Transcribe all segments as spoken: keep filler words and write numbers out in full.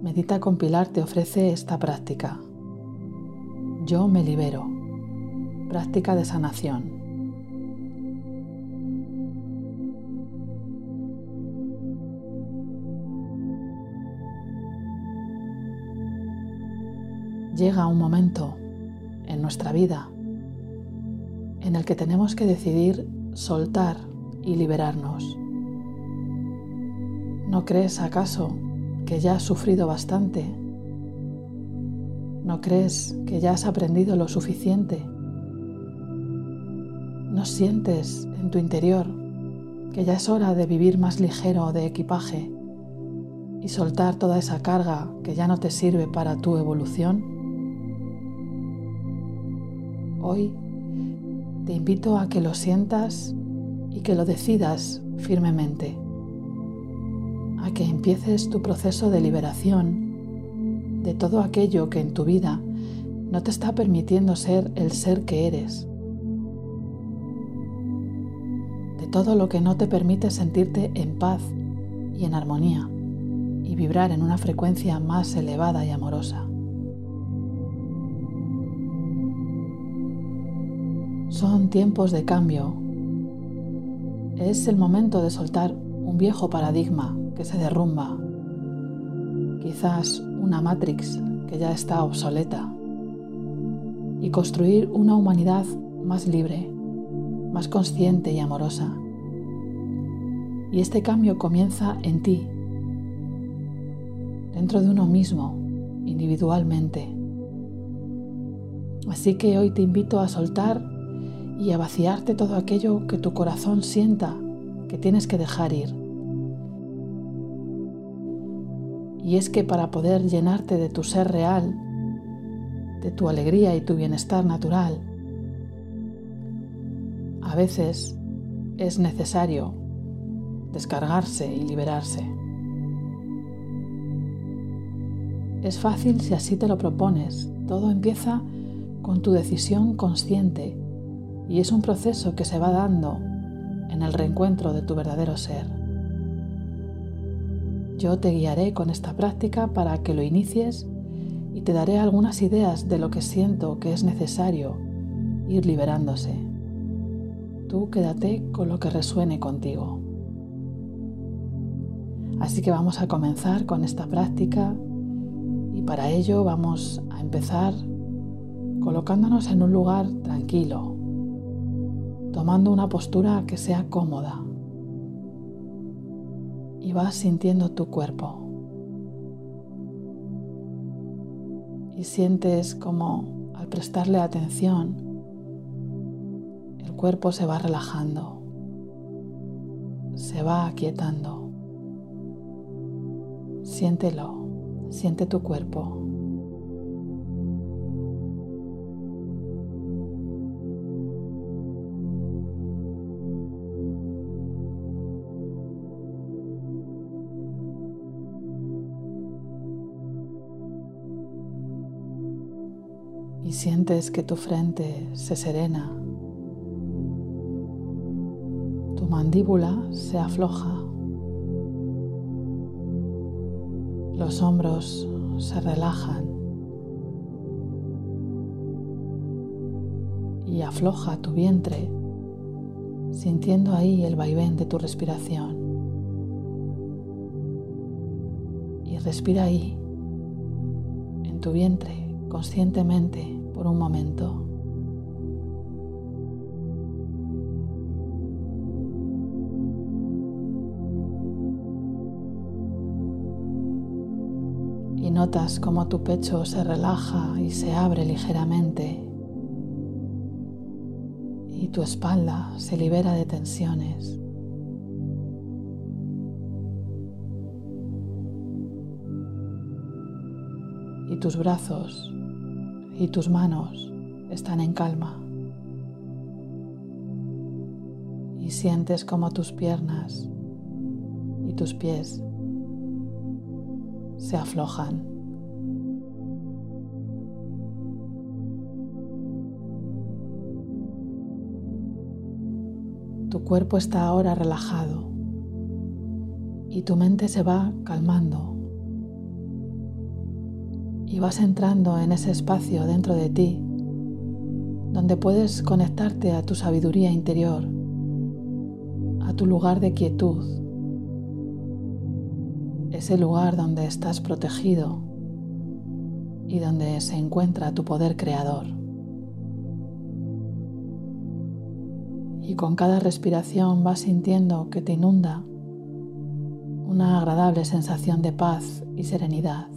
Medita con Pilar te ofrece esta práctica. Yo me libero. Práctica de sanación. Llega un momento en nuestra vida en el que tenemos que decidir soltar y liberarnos. ¿No crees acaso que ya has sufrido bastante? ¿No crees que ya has aprendido lo suficiente? ¿No sientes en tu interior que ya es hora de vivir más ligero de equipaje y soltar toda esa carga que ya no te sirve para tu evolución? Hoy te invito a que lo sientas y que lo decidas firmemente, a que empieces tu proceso de liberación de todo aquello que en tu vida no te está permitiendo ser el ser que eres, de todo lo que no te permite sentirte en paz y en armonía y vibrar en una frecuencia más elevada y amorosa. Son tiempos de cambio. Es el momento de soltar un viejo paradigma que se derrumba, quizás una Matrix que ya está obsoleta, y construir una humanidad más libre, más consciente y amorosa. Y este cambio comienza en ti, dentro de uno mismo, individualmente. Así que hoy te invito a soltar y a vaciarte todo aquello que tu corazón sienta que tienes que dejar ir. Y es que para poder llenarte de tu ser real, de tu alegría y tu bienestar natural, a veces es necesario descargarse y liberarse. Es fácil si así te lo propones. Todo empieza con tu decisión consciente y es un proceso que se va dando en el reencuentro de tu verdadero ser. Yo te guiaré con esta práctica para que lo inicies y te daré algunas ideas de lo que siento que es necesario ir liberándose. Tú quédate con lo que resuene contigo. Así que vamos a comenzar con esta práctica y para ello vamos a empezar colocándonos en un lugar tranquilo, tomando una postura que sea cómoda, y vas sintiendo tu cuerpo y sientes como al prestarle atención el cuerpo se va relajando, se va aquietando. Siéntelo, siente tu cuerpo. Y sientes que tu frente se serena, tu mandíbula se afloja, los hombros se relajan y afloja tu vientre, sintiendo ahí el vaivén de tu respiración. Y respira ahí, en tu vientre, conscientemente por un momento. Y notas cómo tu pecho se relaja y se abre ligeramente y tu espalda se libera de tensiones. Y tus brazos y tus manos están en calma. Y sientes como tus piernas y tus pies se aflojan. Tu cuerpo está ahora relajado y tu mente se va calmando. y vas entrando en ese espacio dentro de ti donde puedes conectarte a tu sabiduría interior, a tu lugar de quietud, ese lugar donde estás protegido y donde se encuentra tu poder creador. Y con cada respiración vas sintiendo que te inunda una agradable sensación de paz y serenidad.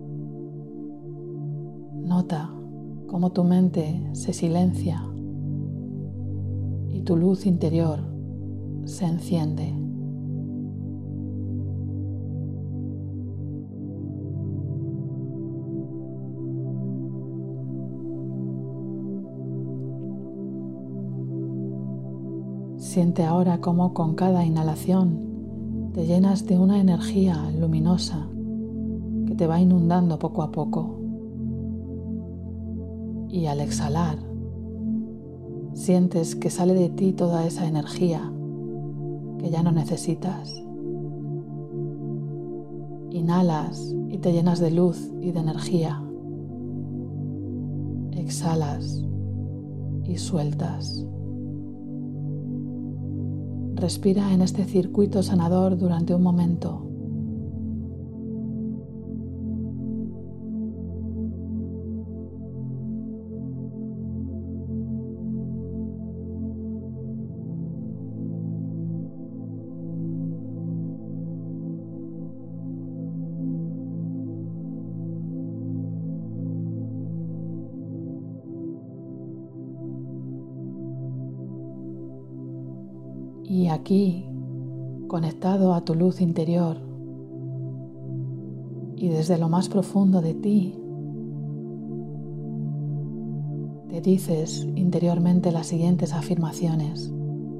Nota cómo tu mente se silencia y tu luz interior se enciende. Siente ahora cómo con cada inhalación te llenas de una energía luminosa que te va inundando poco a poco. Y al exhalar, sientes que sale de ti toda esa energía que ya no necesitas. Inhalas y te llenas de luz y de energía. Exhalas y sueltas. Respira en este circuito sanador durante un momento. Y aquí, conectado a tu luz interior y desde lo más profundo de ti, te dices interiormente las siguientes afirmaciones.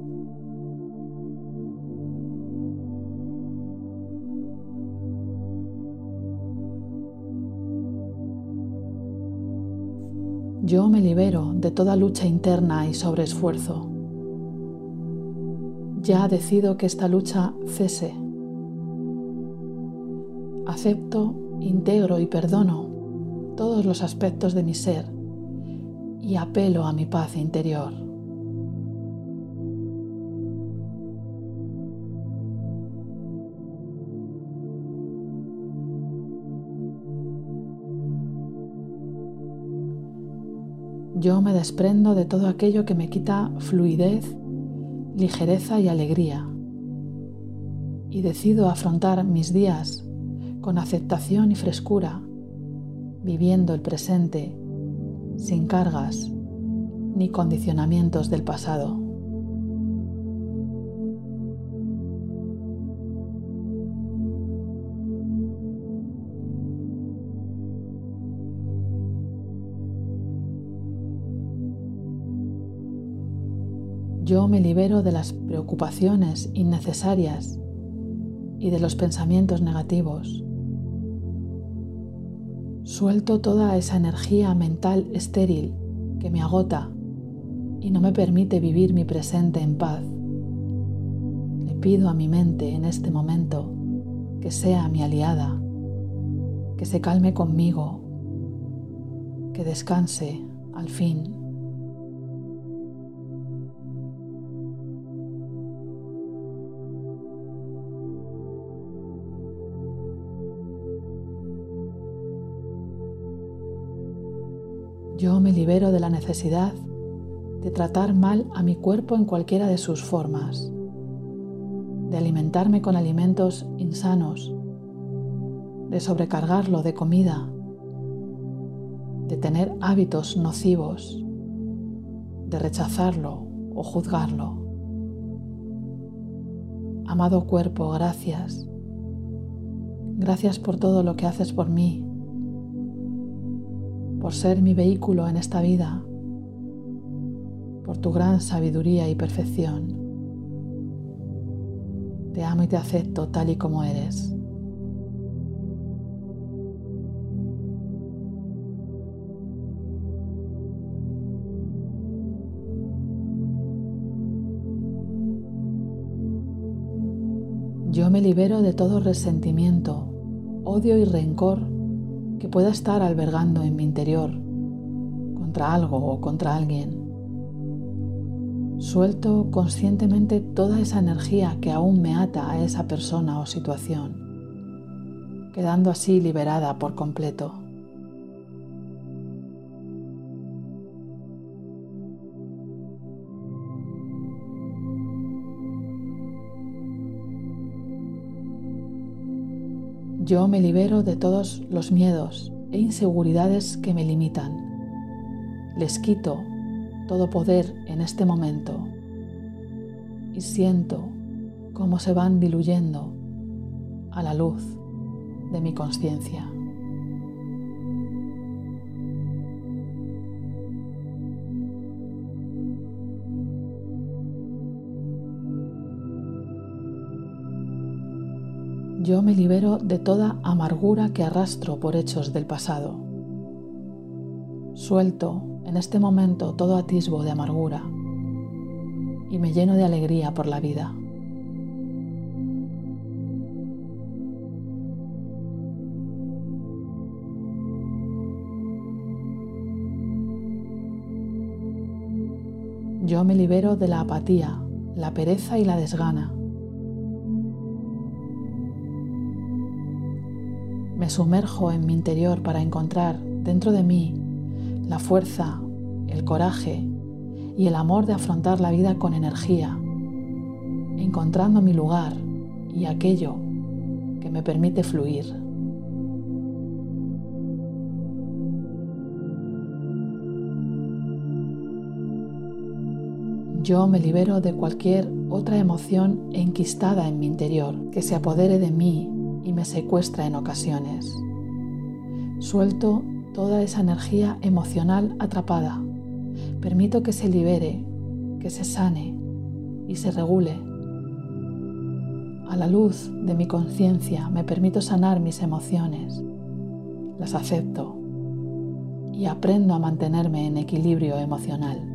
Yo me libero de toda lucha interna y sobreesfuerzo. Ya decido que esta lucha cese. Acepto, integro y perdono todos los aspectos de mi ser y apelo a mi paz interior. Yo me desprendo de todo aquello que me quita fluidez, ligereza y alegría, y decido afrontar mis días con aceptación y frescura, viviendo el presente sin cargas ni condicionamientos del pasado. Yo me libero de las preocupaciones innecesarias y de los pensamientos negativos. Suelto toda esa energía mental estéril que me agota y no me permite vivir mi presente en paz. Le pido a mi mente en este momento que sea mi aliada, que se calme conmigo, que descanse al fin. Yo me libero de la necesidad de tratar mal a mi cuerpo en cualquiera de sus formas, de alimentarme con alimentos insanos, de sobrecargarlo de comida, de tener hábitos nocivos, de rechazarlo o juzgarlo. Amado cuerpo, gracias. Gracias por todo lo que haces por mí, por ser mi vehículo en esta vida, por tu gran sabiduría y perfección. Te amo y te acepto tal y como eres. Yo me libero de todo resentimiento, odio y rencor que pueda estar albergando en mi interior contra algo o contra alguien. Suelto conscientemente toda esa energía que aún me ata a esa persona o situación, quedando así liberada por completo. Yo me libero de todos los miedos e inseguridades que me limitan. Les quito todo poder en este momento y siento cómo se van diluyendo a la luz de mi conciencia. Yo me libero de toda amargura que arrastro por hechos del pasado. Suelto en este momento todo atisbo de amargura y me lleno de alegría por la vida. Yo me libero de la apatía, la pereza y la desgana. Me sumerjo en mi interior para encontrar dentro de mí la fuerza, el coraje y el amor de afrontar la vida con energía, encontrando mi lugar y aquello que me permite fluir. Yo me libero de cualquier otra emoción enquistada en mi interior que se apodere de mí y me secuestra en ocasiones. Suelto toda esa energía emocional atrapada. Permito que se libere, que se sane y se regule. A la luz de mi conciencia me permito sanar mis emociones. Las acepto y aprendo a mantenerme en equilibrio emocional.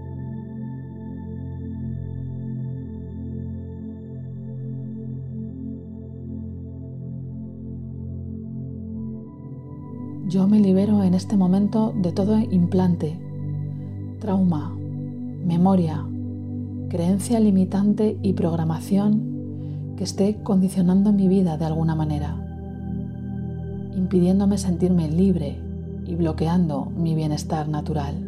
Yo me libero en este momento de todo implante, trauma, memoria, creencia limitante y programación que esté condicionando mi vida de alguna manera, impidiéndome sentirme libre y bloqueando mi bienestar natural.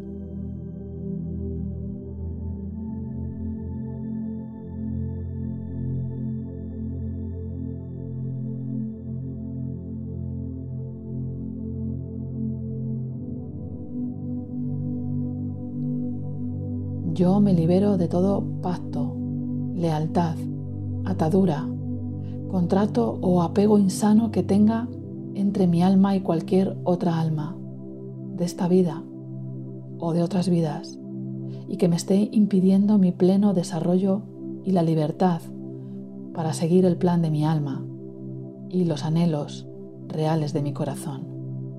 Yo me libero de todo pacto, lealtad, atadura, contrato o apego insano que tenga entre mi alma y cualquier otra alma, de esta vida o de otras vidas, y que me esté impidiendo mi pleno desarrollo y la libertad para seguir el plan de mi alma y los anhelos reales de mi corazón.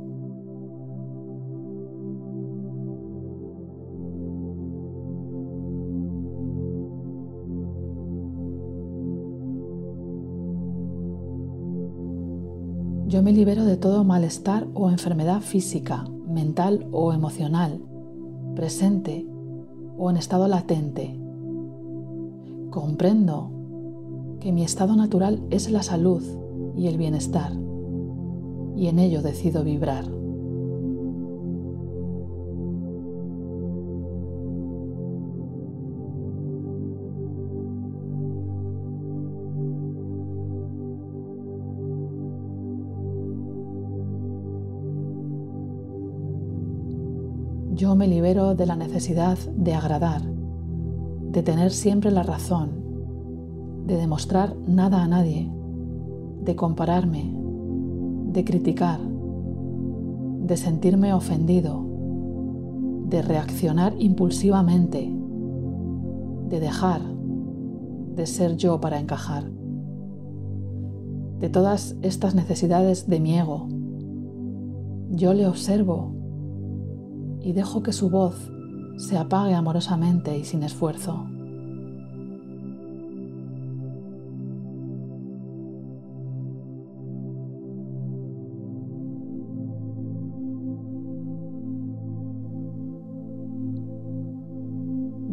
Yo me libero de todo malestar o enfermedad física, mental o emocional, presente o en estado latente. Comprendo que mi estado natural es la salud y el bienestar, y en ello decido vibrar. Yo me libero de la necesidad de agradar, de tener siempre la razón, de demostrar nada a nadie, de compararme, de criticar, de sentirme ofendido, de reaccionar impulsivamente, de dejar de ser yo para encajar. De todas estas necesidades de mi ego, yo le observo y dejo que su voz se apague amorosamente y sin esfuerzo.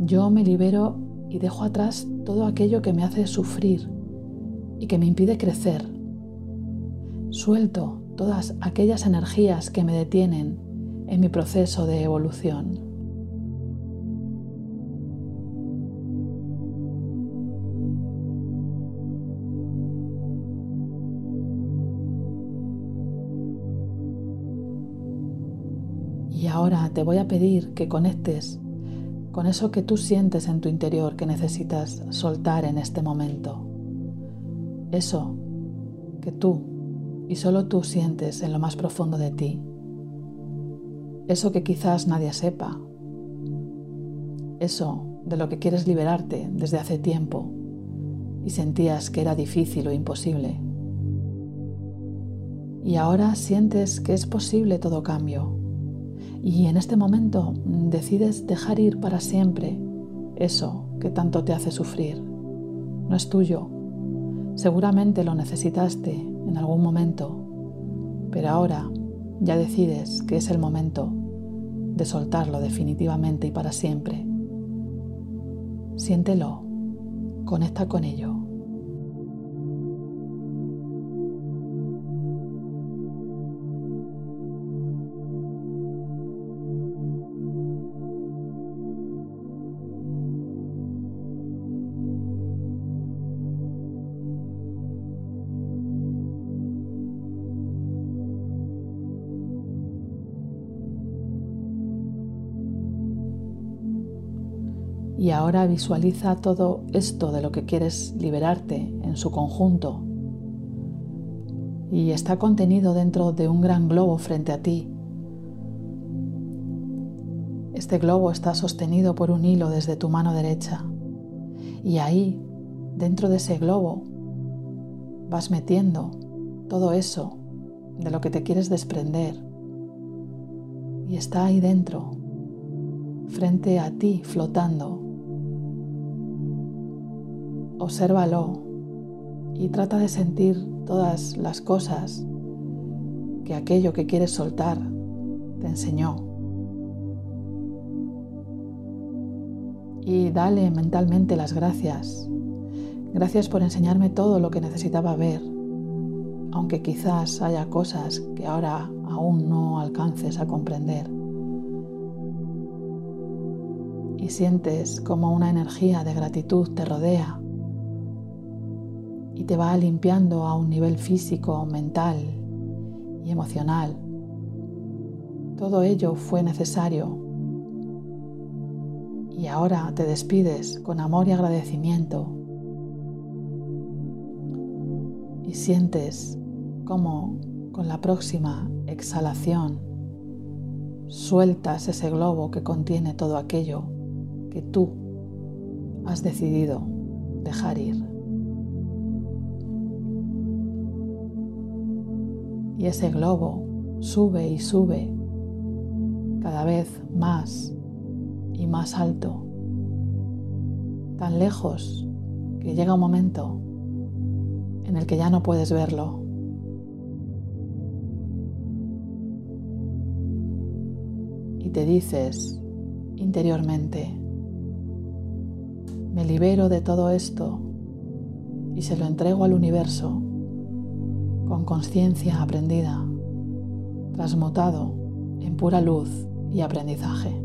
Yo me libero y dejo atrás todo aquello que me hace sufrir y que me impide crecer. Suelto todas aquellas energías que me detienen en mi proceso de evolución. Y ahora te voy a pedir que conectes con eso que tú sientes en tu interior que necesitas soltar en este momento. Eso que tú y solo tú sientes en lo más profundo de ti. Eso que quizás nadie sepa. Eso de lo que quieres liberarte desde hace tiempo y sentías que era difícil o imposible. Y ahora sientes que es posible todo cambio. Y en este momento decides dejar ir para siempre eso que tanto te hace sufrir. No es tuyo. Seguramente lo necesitaste en algún momento, pero ahora ya decides que es el momento de soltarlo definitivamente y para siempre. Siéntelo, conecta con ello. Y ahora visualiza todo esto de lo que quieres liberarte en su conjunto. Y está contenido dentro de un gran globo frente a ti. Este globo está sostenido por un hilo desde tu mano derecha. Y ahí, dentro de ese globo, vas metiendo todo eso de lo que te quieres desprender. Y está ahí dentro, frente a ti, flotando. Obsérvalo y trata de sentir todas las cosas que aquello que quieres soltar te enseñó. Y dale mentalmente las gracias. Gracias por enseñarme todo lo que necesitaba ver, aunque quizás haya cosas que ahora aún no alcances a comprender. Y sientes como una energía de gratitud te rodea y te va limpiando a un nivel físico, mental y emocional. Todo ello fue necesario. Y ahora te despides con amor y agradecimiento. Y sientes cómo con la próxima exhalación sueltas ese globo que contiene todo aquello que tú has decidido dejar ir. Y ese globo sube y sube cada vez más y más alto, tan lejos que llega un momento en el que ya no puedes verlo. Y te dices interiormente: me libero de todo esto y se lo entrego al universo con conciencia aprendida, transmutado en pura luz y aprendizaje.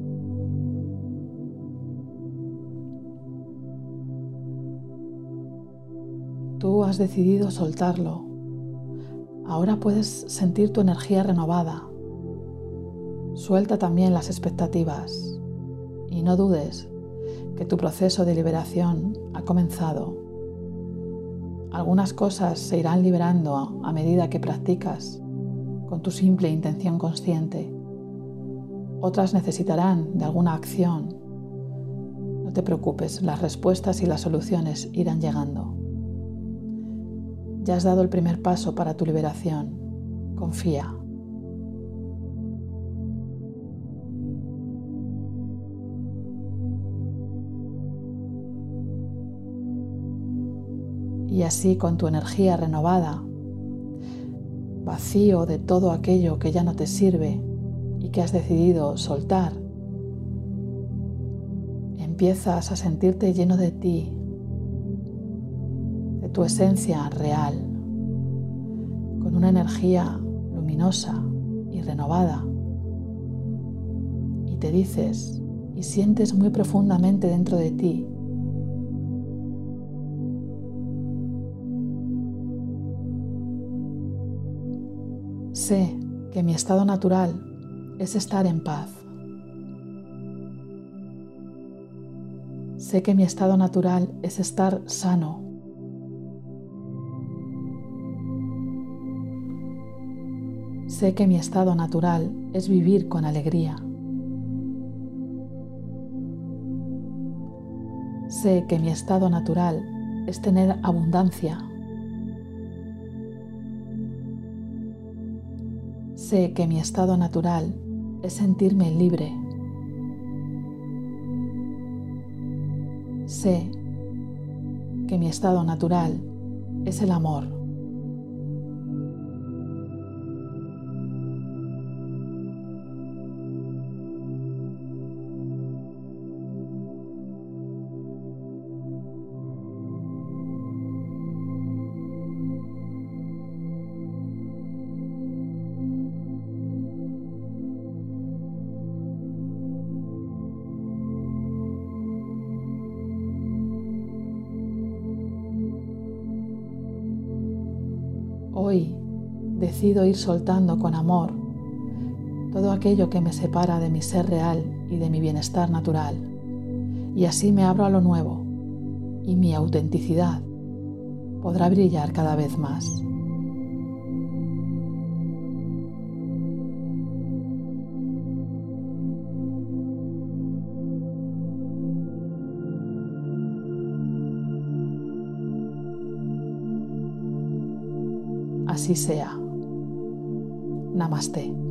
Tú has decidido soltarlo. Ahora puedes sentir tu energía renovada. Suelta también las expectativas y no dudes que tu proceso de liberación ha comenzado. Algunas cosas se irán liberando a medida que practicas con tu simple intención consciente. Otras necesitarán de alguna acción. No te preocupes, las respuestas y las soluciones irán llegando. Ya has dado el primer paso para tu liberación. Confía. Y así, con tu energía renovada, vacío de todo aquello que ya no te sirve y que has decidido soltar, empiezas a sentirte lleno de ti, de tu esencia real, con una energía luminosa y renovada. Y te dices y sientes muy profundamente dentro de ti: sé que mi estado natural es estar en paz. Sé que mi estado natural es estar sano. Sé que mi estado natural es vivir con alegría. Sé que mi estado natural es tener abundancia. Sé que mi estado natural es sentirme libre. Sé que mi estado natural es el amor. Hoy decido ir soltando con amor todo aquello que me separa de mi ser real y de mi bienestar natural, y así me abro a lo nuevo y mi autenticidad podrá brillar cada vez más. Así sea. Namaste.